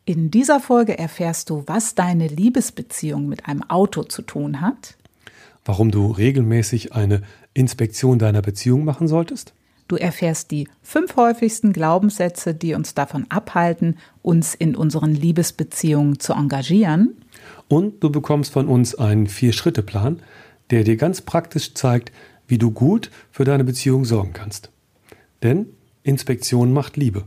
In dieser Folge erfährst du, was deine Liebesbeziehung mit einem Auto zu tun hat. Warum du regelmäßig eine Inspektion deiner Beziehung machen solltest. Du erfährst die 5 häufigsten Glaubenssätze, die uns davon abhalten, uns in unseren Liebesbeziehungen zu engagieren. Und du bekommst von uns einen 4-Schritte-Plan, der dir ganz praktisch zeigt, wie du gut für deine Beziehung sorgen kannst. Denn Inspektion macht Liebe.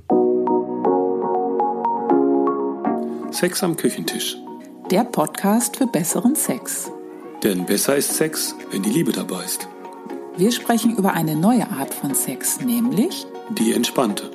Sex am Küchentisch. Der Podcast für besseren Sex. Denn besser ist Sex, wenn die Liebe dabei ist. Wir sprechen über eine neue Art von Sex, nämlich die entspannte.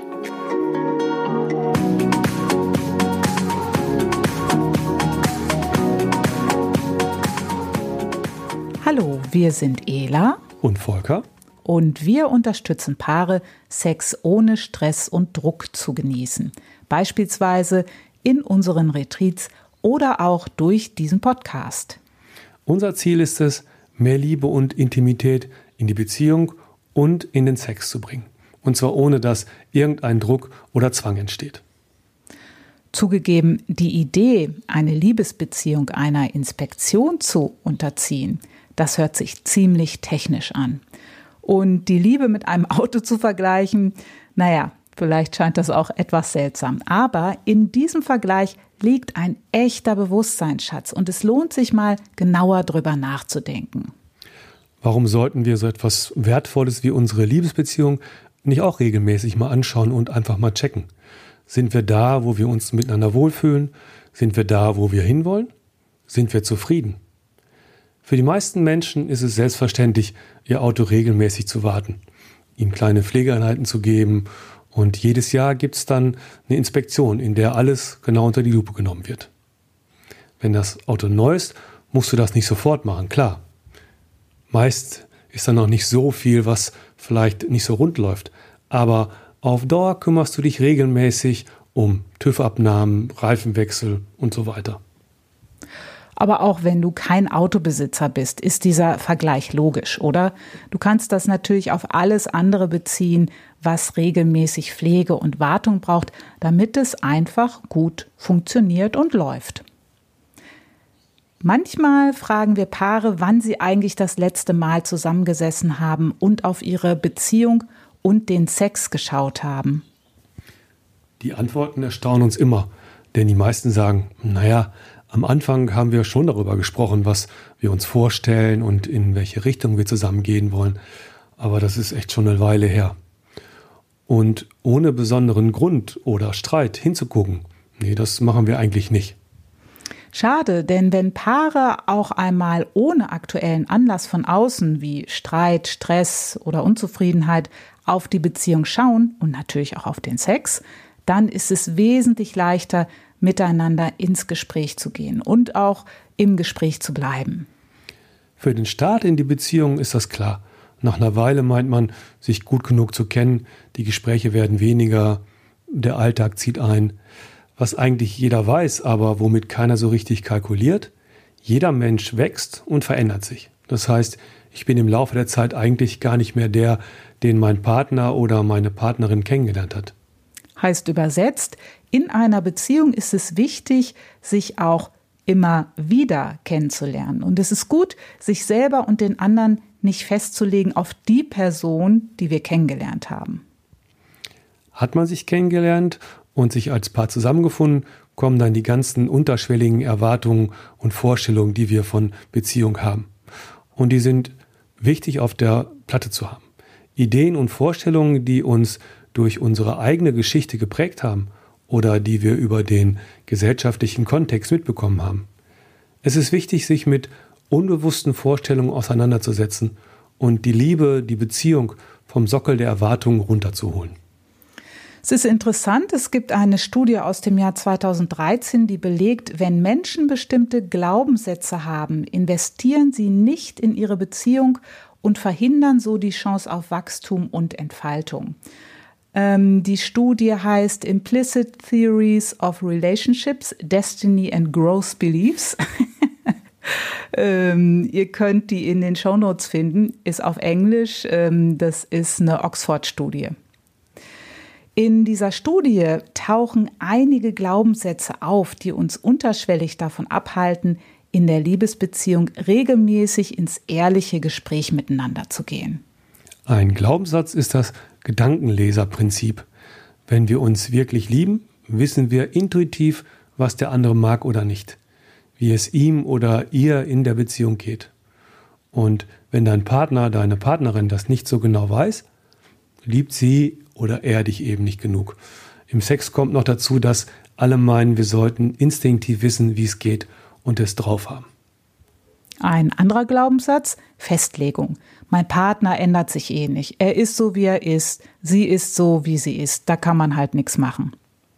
Hallo, wir sind Ela und Volker und wir unterstützen Paare, Sex ohne Stress und Druck zu genießen. Beispielsweise in unseren Retreats oder auch durch diesen Podcast. Unser Ziel ist es, mehr Liebe und Intimität in die Beziehung und in den Sex zu bringen. Und zwar ohne, dass irgendein Druck oder Zwang entsteht. Zugegeben, die Idee, eine Liebesbeziehung einer Inspektion zu unterziehen, das hört sich ziemlich technisch an. Und die Liebe mit einem Auto zu vergleichen, naja, vielleicht scheint das auch etwas seltsam. Aber in diesem Vergleich liegt ein echter Bewusstseinsschatz und es lohnt sich mal genauer drüber nachzudenken. Warum sollten wir so etwas Wertvolles wie unsere Liebesbeziehung nicht auch regelmäßig mal anschauen und einfach mal checken? Sind wir da, wo wir uns miteinander wohlfühlen? Sind wir da, wo wir hinwollen? Sind wir zufrieden? Für die meisten Menschen ist es selbstverständlich, ihr Auto regelmäßig zu warten, ihm kleine Pflegeeinheiten zu geben und jedes Jahr gibt es dann eine Inspektion, in der alles genau unter die Lupe genommen wird. Wenn das Auto neu ist, musst du das nicht sofort machen, klar. Meist ist da noch nicht so viel, was vielleicht nicht so rund läuft. Aber auf Dauer kümmerst du dich regelmäßig um TÜV-Abnahmen, Reifenwechsel und so weiter. Aber auch wenn du kein Autobesitzer bist, ist dieser Vergleich logisch, oder? Du kannst das natürlich auf alles andere beziehen, was regelmäßig Pflege und Wartung braucht, damit es einfach gut funktioniert und läuft. Manchmal fragen wir Paare, wann sie eigentlich das letzte Mal zusammengesessen haben und auf ihre Beziehung und den Sex geschaut haben. Die Antworten erstaunen uns immer, denn die meisten sagen, naja, am Anfang haben wir schon darüber gesprochen, was wir uns vorstellen und in welche Richtung wir zusammen gehen wollen. Aber das ist echt schon eine Weile her. Und ohne besonderen Grund oder Streit hinzugucken, nee, das machen wir eigentlich nicht. Schade, denn wenn Paare auch einmal ohne aktuellen Anlass von außen wie Streit, Stress oder Unzufriedenheit auf die Beziehung schauen und natürlich auch auf den Sex, dann ist es wesentlich leichter, miteinander ins Gespräch zu gehen und auch im Gespräch zu bleiben. Für den Start in die Beziehung ist das klar. Nach einer Weile meint man, sich gut genug zu kennen, die Gespräche werden weniger, der Alltag zieht ein. Was eigentlich jeder weiß, aber womit keiner so richtig kalkuliert: Jeder Mensch wächst und verändert sich. Das heißt, ich bin im Laufe der Zeit eigentlich gar nicht mehr der, den mein Partner oder meine Partnerin kennengelernt hat. Heißt übersetzt, in einer Beziehung ist es wichtig, sich auch immer wieder kennenzulernen. Und es ist gut, sich selber und den anderen nicht festzulegen auf die Person, die wir kennengelernt haben. Hat man sich kennengelernt und sich als Paar zusammengefunden, kommen dann die ganzen unterschwelligen Erwartungen und Vorstellungen, die wir von Beziehung haben. Und die sind wichtig auf der Platte zu haben. Ideen und Vorstellungen, die uns durch unsere eigene Geschichte geprägt haben oder die wir über den gesellschaftlichen Kontext mitbekommen haben. Es ist wichtig, sich mit unbewussten Vorstellungen auseinanderzusetzen und die Liebe, die Beziehung vom Sockel der Erwartungen runterzuholen. Es ist interessant, es gibt eine Studie aus dem Jahr 2013, die belegt, wenn Menschen bestimmte Glaubenssätze haben, investieren sie nicht in ihre Beziehung und verhindern so die Chance auf Wachstum und Entfaltung. Die Studie heißt Implicit Theories of Relationships, Destiny and Growth Beliefs. Ihr könnt die in den Shownotes finden, ist auf Englisch, das ist eine Oxford-Studie. In dieser Studie tauchen einige Glaubenssätze auf, die uns unterschwellig davon abhalten, in der Liebesbeziehung regelmäßig ins ehrliche Gespräch miteinander zu gehen. Ein Glaubenssatz ist das Gedankenleserprinzip. Wenn wir uns wirklich lieben, wissen wir intuitiv, was der andere mag oder nicht, wie es ihm oder ihr in der Beziehung geht. Und wenn dein Partner, deine Partnerin das nicht so genau weiß, liebt sie oder er dich eben nicht genug. Im Sex kommt noch dazu, dass alle meinen, wir sollten instinktiv wissen, wie es geht und es drauf haben. Ein anderer Glaubenssatz, Festlegung. Mein Partner ändert sich eh nicht. Er ist so, wie er ist. Sie ist so, wie sie ist. Da kann man halt nichts machen.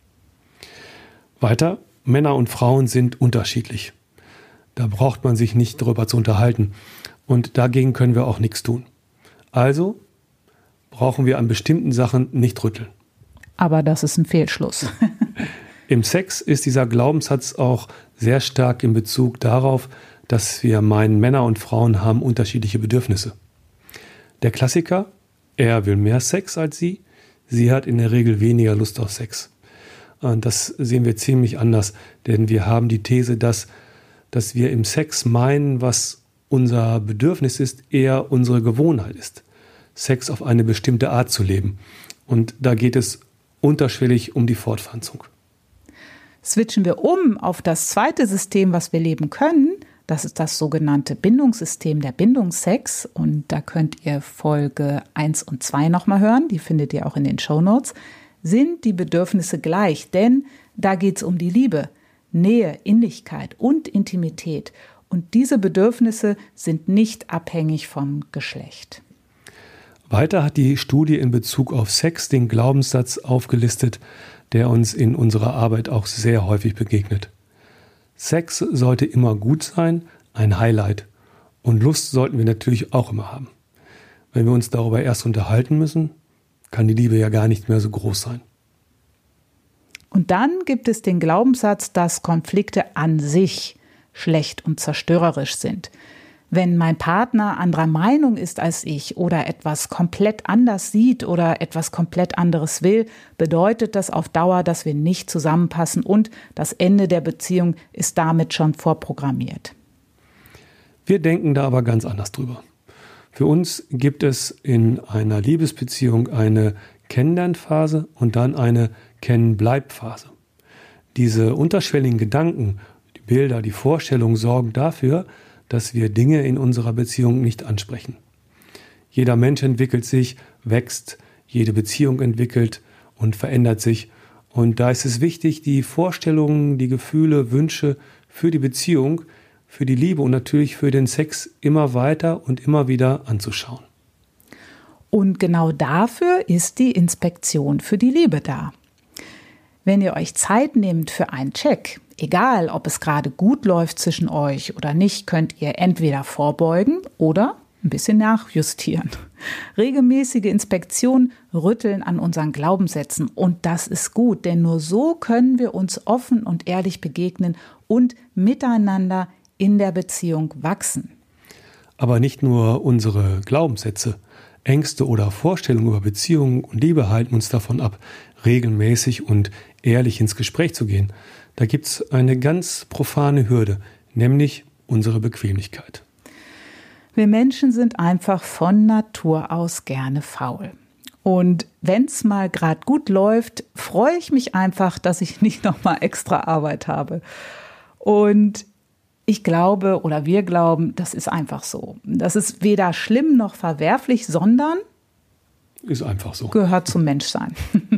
Weiter, Männer und Frauen sind unterschiedlich. Da braucht man sich nicht darüber zu unterhalten. Und dagegen können wir auch nichts tun. Also brauchen wir an bestimmten Sachen nicht rütteln. Aber das ist ein Fehlschluss. Im Sex ist dieser Glaubenssatz auch sehr stark in Bezug darauf, dass wir meinen, Männer und Frauen haben unterschiedliche Bedürfnisse. Der Klassiker, er will mehr Sex als sie hat in der Regel weniger Lust auf Sex. Und das sehen wir ziemlich anders, denn wir haben die These, dass wir im Sex meinen, was unser Bedürfnis ist, eher unsere Gewohnheit ist. Sex auf eine bestimmte Art zu leben. Und da geht es unterschwellig um die Fortpflanzung. Switchen wir um auf das zweite System, was wir leben können. Das ist das sogenannte Bindungssystem der Bindungssex. Und da könnt ihr Folge 1 und 2 nochmal hören. Die findet ihr auch in den Shownotes. Sind die Bedürfnisse gleich? Denn da geht es um die Liebe, Nähe, Innigkeit und Intimität. Und diese Bedürfnisse sind nicht abhängig vom Geschlecht. Weiter hat die Studie in Bezug auf Sex den Glaubenssatz aufgelistet, der uns in unserer Arbeit auch sehr häufig begegnet. Sex sollte immer gut sein, ein Highlight. Und Lust sollten wir natürlich auch immer haben. Wenn wir uns darüber erst unterhalten müssen, kann die Liebe ja gar nicht mehr so groß sein. Und dann gibt es den Glaubenssatz, dass Konflikte an sich schlecht und zerstörerisch sind. Wenn mein Partner anderer Meinung ist als ich oder etwas komplett anders sieht oder etwas komplett anderes will, bedeutet das auf Dauer, dass wir nicht zusammenpassen und das Ende der Beziehung ist damit schon vorprogrammiert. Wir denken da aber ganz anders drüber. Für uns gibt es in einer Liebesbeziehung eine Kennenlernphase und dann eine Kennen-Bleib-Phase. Diese unterschwelligen Gedanken, die Bilder, die Vorstellungen sorgen dafür, dass wir Dinge in unserer Beziehung nicht ansprechen. Jeder Mensch entwickelt sich, wächst, jede Beziehung entwickelt und verändert sich. Und da ist es wichtig, die Vorstellungen, die Gefühle, Wünsche für die Beziehung, für die Liebe und natürlich für den Sex immer weiter und immer wieder anzuschauen. Und genau dafür ist die Inspektion für die Liebe da. Wenn ihr euch Zeit nehmt für einen Check, egal ob es gerade gut läuft zwischen euch oder nicht, könnt ihr entweder vorbeugen oder ein bisschen nachjustieren. Regelmäßige Inspektion rütteln an unseren Glaubenssätzen und das ist gut, denn nur so können wir uns offen und ehrlich begegnen und miteinander in der Beziehung wachsen. Aber nicht nur unsere Glaubenssätze, Ängste oder Vorstellungen über Beziehungen und Liebe halten uns davon ab, regelmäßig und ehrlich ins Gespräch zu gehen. Da gibt es eine ganz profane Hürde, nämlich unsere Bequemlichkeit. Wir Menschen sind einfach von Natur aus gerne faul. Und wenn es mal gerade gut läuft, freue ich mich einfach, dass ich nicht nochmal extra Arbeit habe. Und ich glaube oder wir glauben, das ist einfach so. Das ist weder schlimm noch verwerflich, sondern ist einfach so. Gehört zum Menschsein.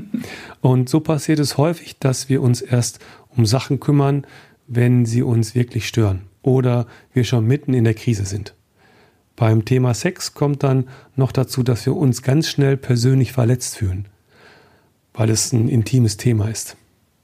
Und so passiert es häufig, dass wir uns erst um Sachen kümmern, wenn sie uns wirklich stören oder wir schon mitten in der Krise sind. Beim Thema Sex kommt dann noch dazu, dass wir uns ganz schnell persönlich verletzt fühlen, weil es ein intimes Thema ist.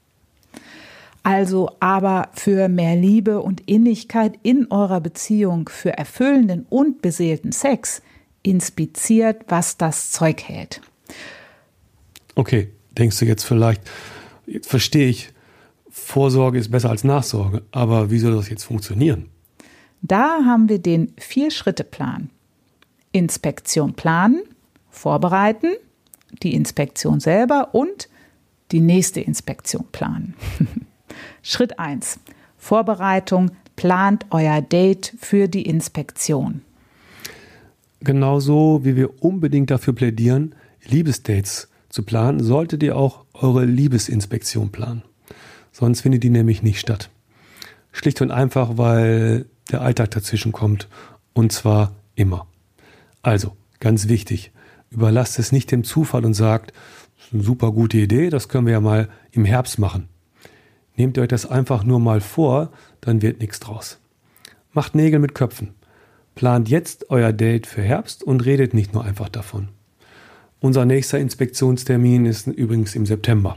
Also aber für mehr Liebe und Innigkeit in eurer Beziehung, für erfüllenden und beseelten Sex, inspiziert, was das Zeug hält. Okay, denkst du jetzt vielleicht, jetzt verstehe ich, Vorsorge ist besser als Nachsorge, aber wie soll das jetzt funktionieren? Da haben wir den 4-Schritte-Plan. Inspektion planen, vorbereiten, die Inspektion selber und die nächste Inspektion planen. Schritt 1. Vorbereitung. Plant euer Date für die Inspektion. Genauso wie wir unbedingt dafür plädieren, Liebesdates zu planen, solltet ihr auch eure Liebesinspektion planen. Sonst findet die nämlich nicht statt. Schlicht und einfach, weil der Alltag dazwischen kommt. Und zwar immer. Also, ganz wichtig, überlasst es nicht dem Zufall und sagt, das ist eine super gute Idee, das können wir ja mal im Herbst machen. Nehmt euch das einfach nur mal vor, dann wird nichts draus. Macht Nägel mit Köpfen. Plant jetzt euer Date für Herbst und redet nicht nur einfach davon. Unser nächster Inspektionstermin ist übrigens im September.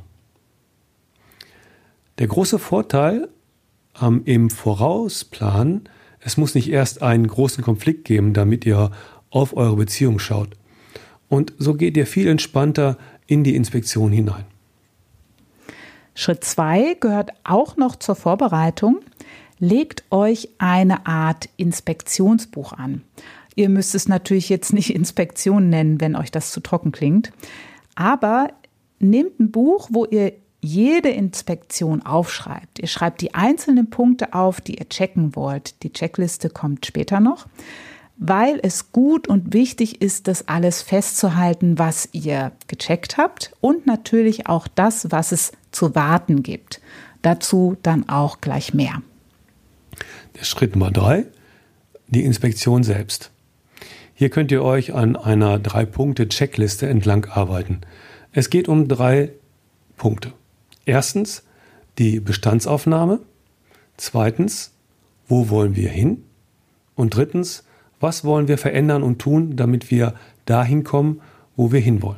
Der große Vorteil im Vorausplan, es muss nicht erst einen großen Konflikt geben, damit ihr auf eure Beziehung schaut. Und so geht ihr viel entspannter in die Inspektion hinein. Schritt 2 gehört auch noch zur Vorbereitung. Legt euch eine Art Inspektionsbuch an. Ihr müsst es natürlich jetzt nicht Inspektion nennen, wenn euch das zu trocken klingt. Aber nehmt ein Buch, wo ihr jede Inspektion aufschreibt. Ihr schreibt die einzelnen Punkte auf, die ihr checken wollt. Die Checkliste kommt später noch, weil es gut und wichtig ist, das alles festzuhalten, was ihr gecheckt habt und natürlich auch das, was es zu warten gibt. Dazu dann auch gleich mehr. Der Schritt Nummer 3, die Inspektion selbst. Hier könnt ihr euch an einer 3-Punkte-Checkliste entlang arbeiten. Es geht um 3 Punkte. Erstens die Bestandsaufnahme. Zweitens, wo wollen wir hin? Und drittens, was wollen wir verändern und tun, damit wir dahin kommen, wo wir hinwollen?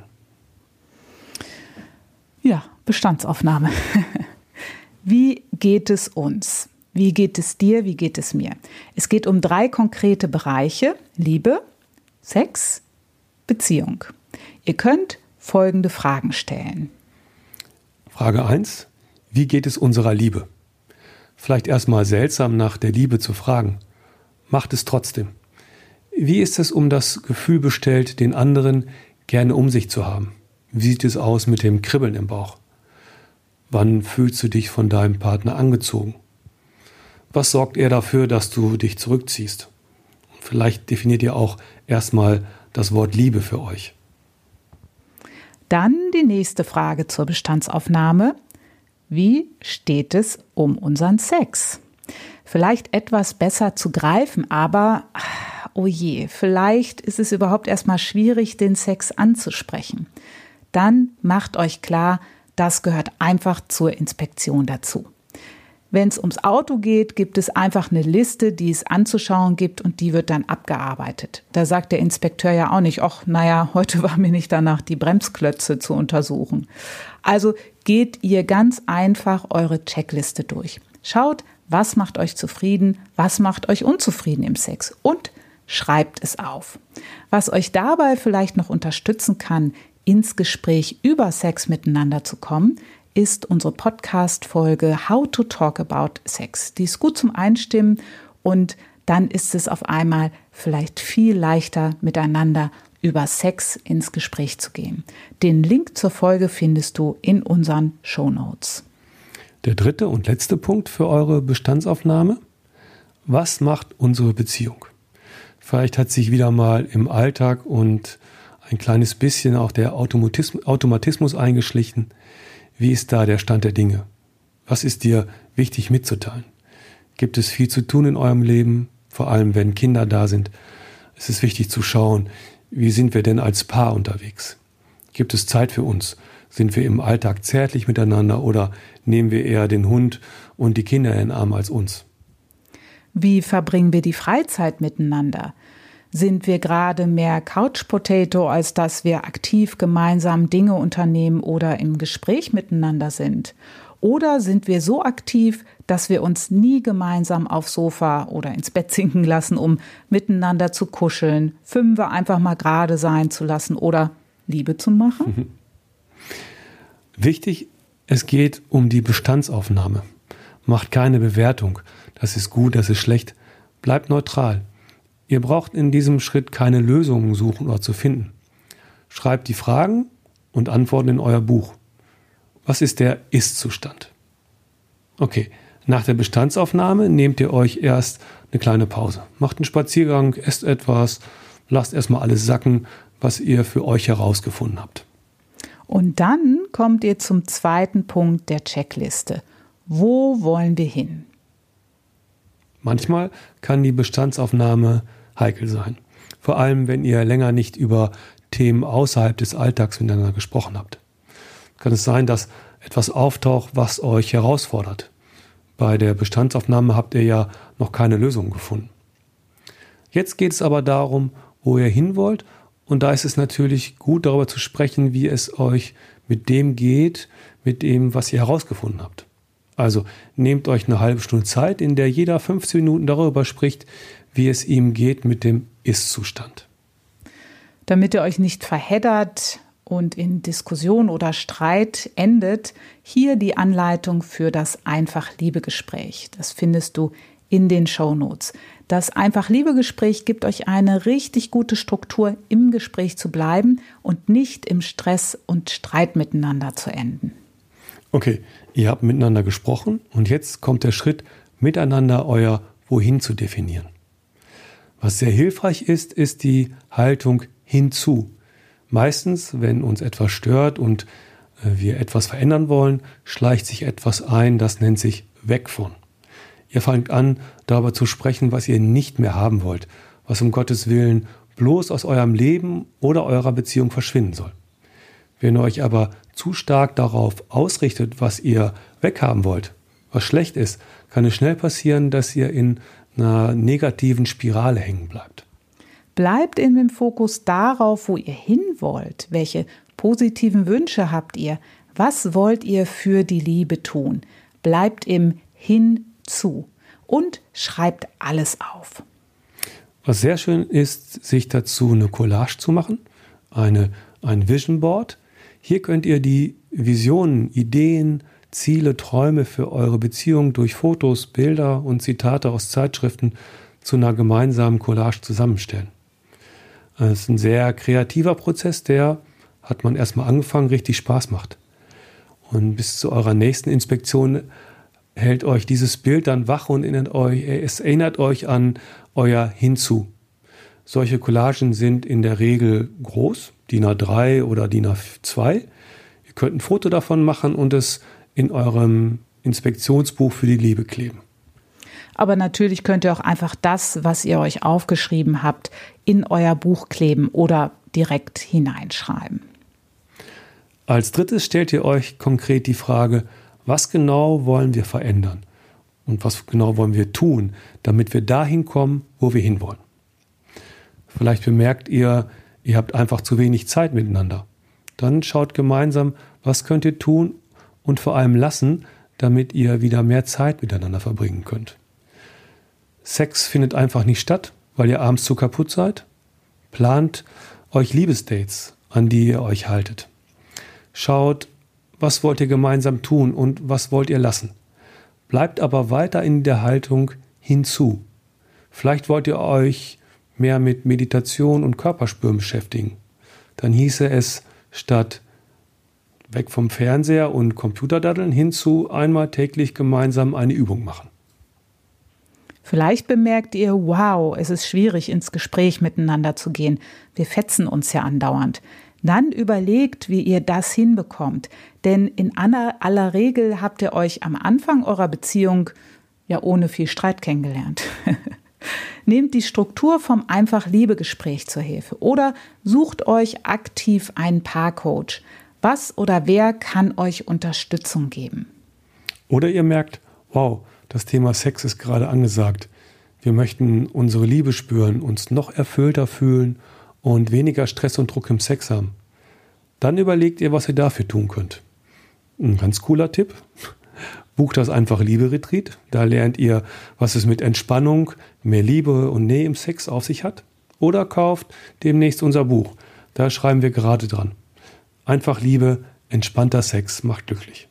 Ja, Bestandsaufnahme. Wie geht es uns? Wie geht es dir? Wie geht es mir? Es geht um 3 konkrete Bereiche: Liebe, Sex, Beziehung. Ihr könnt folgende Fragen stellen. Frage 1. Wie geht es unserer Liebe? Vielleicht erstmal seltsam, nach der Liebe zu fragen. Macht es trotzdem. Wie ist es um das Gefühl bestellt, den anderen gerne um sich zu haben? Wie sieht es aus mit dem Kribbeln im Bauch? Wann fühlst du dich von deinem Partner angezogen? Was sorgt er dafür, dass du dich zurückziehst? Vielleicht definiert ihr auch erstmal das Wort Liebe für euch. Dann die nächste Frage zur Bestandsaufnahme. Wie steht es um unseren Sex? Vielleicht etwas besser zu greifen, aber oh je, vielleicht ist es überhaupt erstmal schwierig, den Sex anzusprechen. Dann macht euch klar, das gehört einfach zur Inspektion dazu. Wenn es ums Auto geht, gibt es einfach eine Liste, die es anzuschauen gibt und die wird dann abgearbeitet. Da sagt der Inspekteur ja auch nicht, ach, naja, heute war mir nicht danach, die Bremsklötze zu untersuchen. Also geht ihr ganz einfach eure Checkliste durch. Schaut, was macht euch zufrieden, was macht euch unzufrieden im Sex und schreibt es auf. Was euch dabei vielleicht noch unterstützen kann, ins Gespräch über Sex miteinander zu kommen, ist unsere Podcast-Folge How to Talk About Sex. Die ist gut zum Einstimmen und dann ist es auf einmal vielleicht viel leichter, miteinander über Sex ins Gespräch zu gehen. Den Link zur Folge findest du in unseren Shownotes. Der 3. und letzte Punkt für eure Bestandsaufnahme. Was macht unsere Beziehung? Vielleicht hat sich wieder mal im Alltag und ein kleines bisschen auch der Automatismus eingeschlichen. Wie ist da der Stand der Dinge? Was ist dir wichtig mitzuteilen? Gibt es viel zu tun in eurem Leben, vor allem wenn Kinder da sind? Es ist wichtig zu schauen, wie sind wir denn als Paar unterwegs? Gibt es Zeit für uns? Sind wir im Alltag zärtlich miteinander oder nehmen wir eher den Hund und die Kinder in den Arm als uns? Wie verbringen wir die Freizeit miteinander? Sind wir gerade mehr Couch Potato, als dass wir aktiv gemeinsam Dinge unternehmen oder im Gespräch miteinander sind? Oder sind wir so aktiv, dass wir uns nie gemeinsam aufs Sofa oder ins Bett sinken lassen, um miteinander zu kuscheln, 5 einfach mal gerade sein zu lassen oder Liebe zu machen? Wichtig, es geht um die Bestandsaufnahme. Macht keine Bewertung. Das ist gut, das ist schlecht. Bleibt neutral. Ihr braucht in diesem Schritt keine Lösungen suchen oder zu finden. Schreibt die Fragen und Antworten in euer Buch. Was ist der Ist-Zustand? Okay, nach der Bestandsaufnahme nehmt ihr euch erst eine kleine Pause. Macht einen Spaziergang, esst etwas, lasst erstmal alles sacken, was ihr für euch herausgefunden habt. Und dann kommt ihr zum zweiten Punkt der Checkliste. Wo wollen wir hin? Manchmal kann die Bestandsaufnahme heikel sein. Vor allem, wenn ihr länger nicht über Themen außerhalb des Alltags miteinander gesprochen habt. Kann es sein, dass etwas auftaucht, was euch herausfordert. Bei der Bestandsaufnahme habt ihr ja noch keine Lösung gefunden. Jetzt geht es aber darum, wo ihr hin wollt. Und da ist es natürlich gut, darüber zu sprechen, wie es euch mit dem geht, mit dem, was ihr herausgefunden habt. Also nehmt euch eine halbe Stunde Zeit, in der jeder 15 Minuten darüber spricht, wie es ihm geht mit dem Ist-Zustand. Damit ihr euch nicht verheddert und in Diskussion oder Streit endet, hier die Anleitung für das Einfach-Liebe-Gespräch. Das findest du in den Shownotes. Das Einfach-Liebe-Gespräch gibt euch eine richtig gute Struktur, im Gespräch zu bleiben und nicht im Stress und Streit miteinander zu enden. Okay, ihr habt miteinander gesprochen und jetzt kommt der Schritt, miteinander euer Wohin zu definieren. Was sehr hilfreich ist, ist die Haltung hinzu. Meistens, wenn uns etwas stört und wir etwas verändern wollen, schleicht sich etwas ein, das nennt sich weg von. Ihr fangt an, darüber zu sprechen, was ihr nicht mehr haben wollt, was um Gottes Willen bloß aus eurem Leben oder eurer Beziehung verschwinden soll. Wenn ihr euch aber zu stark darauf ausrichtet, was ihr weghaben wollt, was schlecht ist, kann es schnell passieren, dass ihr in einer negativen Spirale hängen bleibt. Bleibt in dem Fokus darauf, wo ihr hin wollt. Welche positiven Wünsche habt ihr? Was wollt ihr für die Liebe tun? Bleibt im Hinzu und schreibt alles auf. Was sehr schön ist, sich dazu eine Collage zu machen, ein Vision Board. Hier könnt ihr die Visionen, Ideen, Ziele, Träume für eure Beziehung durch Fotos, Bilder und Zitate aus Zeitschriften zu einer gemeinsamen Collage zusammenstellen. Das ist ein sehr kreativer Prozess, der, hat man erstmal angefangen, richtig Spaß macht. Und bis zu eurer nächsten Inspektion hält euch dieses Bild dann wach und es erinnert euch an euer Hinzu. Solche Collagen sind in der Regel groß, DIN A3 oder DIN A2. Ihr könnt ein Foto davon machen und es in eurem Inspektionsbuch für die Liebe kleben. Aber natürlich könnt ihr auch einfach das, was ihr euch aufgeschrieben habt, in euer Buch kleben oder direkt hineinschreiben. Als drittes stellt ihr euch konkret die Frage, was genau wollen wir verändern und was genau wollen wir tun, damit wir dahin kommen, wo wir hinwollen. Vielleicht bemerkt ihr, ihr habt einfach zu wenig Zeit miteinander. Dann schaut gemeinsam, was könnt ihr tun und vor allem lassen, damit ihr wieder mehr Zeit miteinander verbringen könnt. Sex findet einfach nicht statt, weil ihr abends zu kaputt seid. Plant euch Liebesdates, an die ihr euch haltet. Schaut, was wollt ihr gemeinsam tun und was wollt ihr lassen. Bleibt aber weiter in der Haltung hinzu. Vielleicht wollt ihr euch mehr mit Meditation und Körperspüren beschäftigen. Dann hieße es, statt weg vom Fernseher und Computerdaddeln hinzu einmal täglich gemeinsam eine Übung machen. Vielleicht bemerkt ihr, wow, es ist schwierig, ins Gespräch miteinander zu gehen. Wir fetzen uns ja andauernd. Dann überlegt, wie ihr das hinbekommt. Denn in aller Regel habt ihr euch am Anfang eurer Beziehung ja ohne viel Streit kennengelernt. Nehmt die Struktur vom Einfach-Liebe-Gespräch zur Hilfe oder sucht euch aktiv einen Paarcoach. Was oder wer kann euch Unterstützung geben? Oder ihr merkt, wow, das Thema Sex ist gerade angesagt. Wir möchten unsere Liebe spüren, uns noch erfüllter fühlen und weniger Stress und Druck im Sex haben. Dann überlegt ihr, was ihr dafür tun könnt. Ein ganz cooler Tipp. Bucht das Einfach-Liebe-Retreat. Da lernt ihr, was es mit Entspannung, mehr Liebe und Nähe im Sex auf sich hat. Oder kauft demnächst unser Buch. Da schreiben wir gerade dran. Einfach-Liebe, entspannter Sex macht glücklich.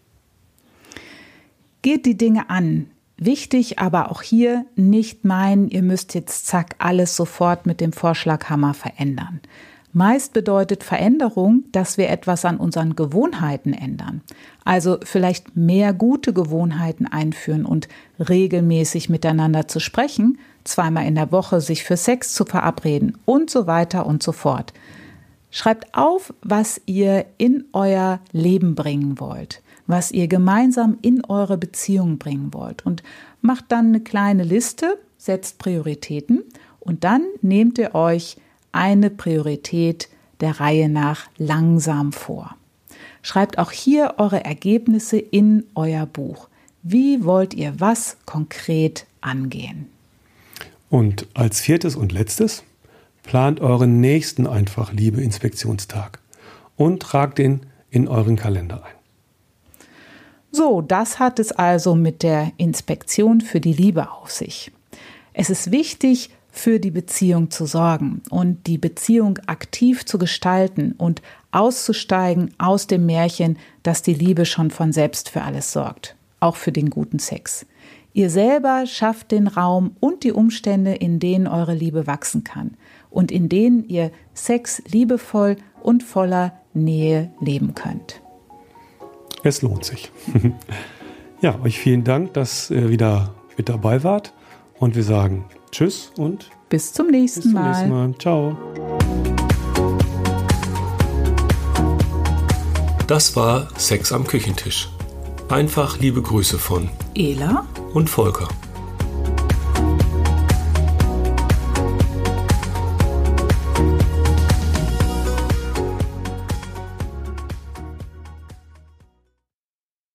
Geht die Dinge an. Wichtig, aber auch hier nicht meinen, ihr müsst jetzt zack alles sofort mit dem Vorschlaghammer verändern. Meist bedeutet Veränderung, dass wir etwas an unseren Gewohnheiten ändern. Also vielleicht mehr gute Gewohnheiten einführen und regelmäßig miteinander zu sprechen, 2-mal in der Woche sich für Sex zu verabreden und so weiter und so fort. Schreibt auf, was ihr in euer Leben bringen wollt, was ihr gemeinsam in eure Beziehung bringen wollt und macht dann eine kleine Liste, setzt Prioritäten und dann nehmt ihr euch eine Priorität der Reihe nach langsam vor. Schreibt auch hier eure Ergebnisse in euer Buch. Wie wollt ihr was konkret angehen? Und als 4. und letztes, plant euren nächsten Einfach-Liebe-Inspektionstag und tragt ihn in euren Kalender ein. So, das hat es also mit der Inspektion für die Liebe auf sich. Es ist wichtig, für die Beziehung zu sorgen und die Beziehung aktiv zu gestalten und auszusteigen aus dem Märchen, dass die Liebe schon von selbst für alles sorgt, auch für den guten Sex. Ihr selber schafft den Raum und die Umstände, in denen eure Liebe wachsen kann und in denen ihr Sex liebevoll und voller Nähe leben könnt. Es lohnt sich. Ja, euch vielen Dank, dass ihr wieder mit dabei wart und wir sagen Tschüss und bis zum nächsten Mal. Ciao. Das war Sex am Küchentisch. Einfach liebe Grüße von Ela und Volker.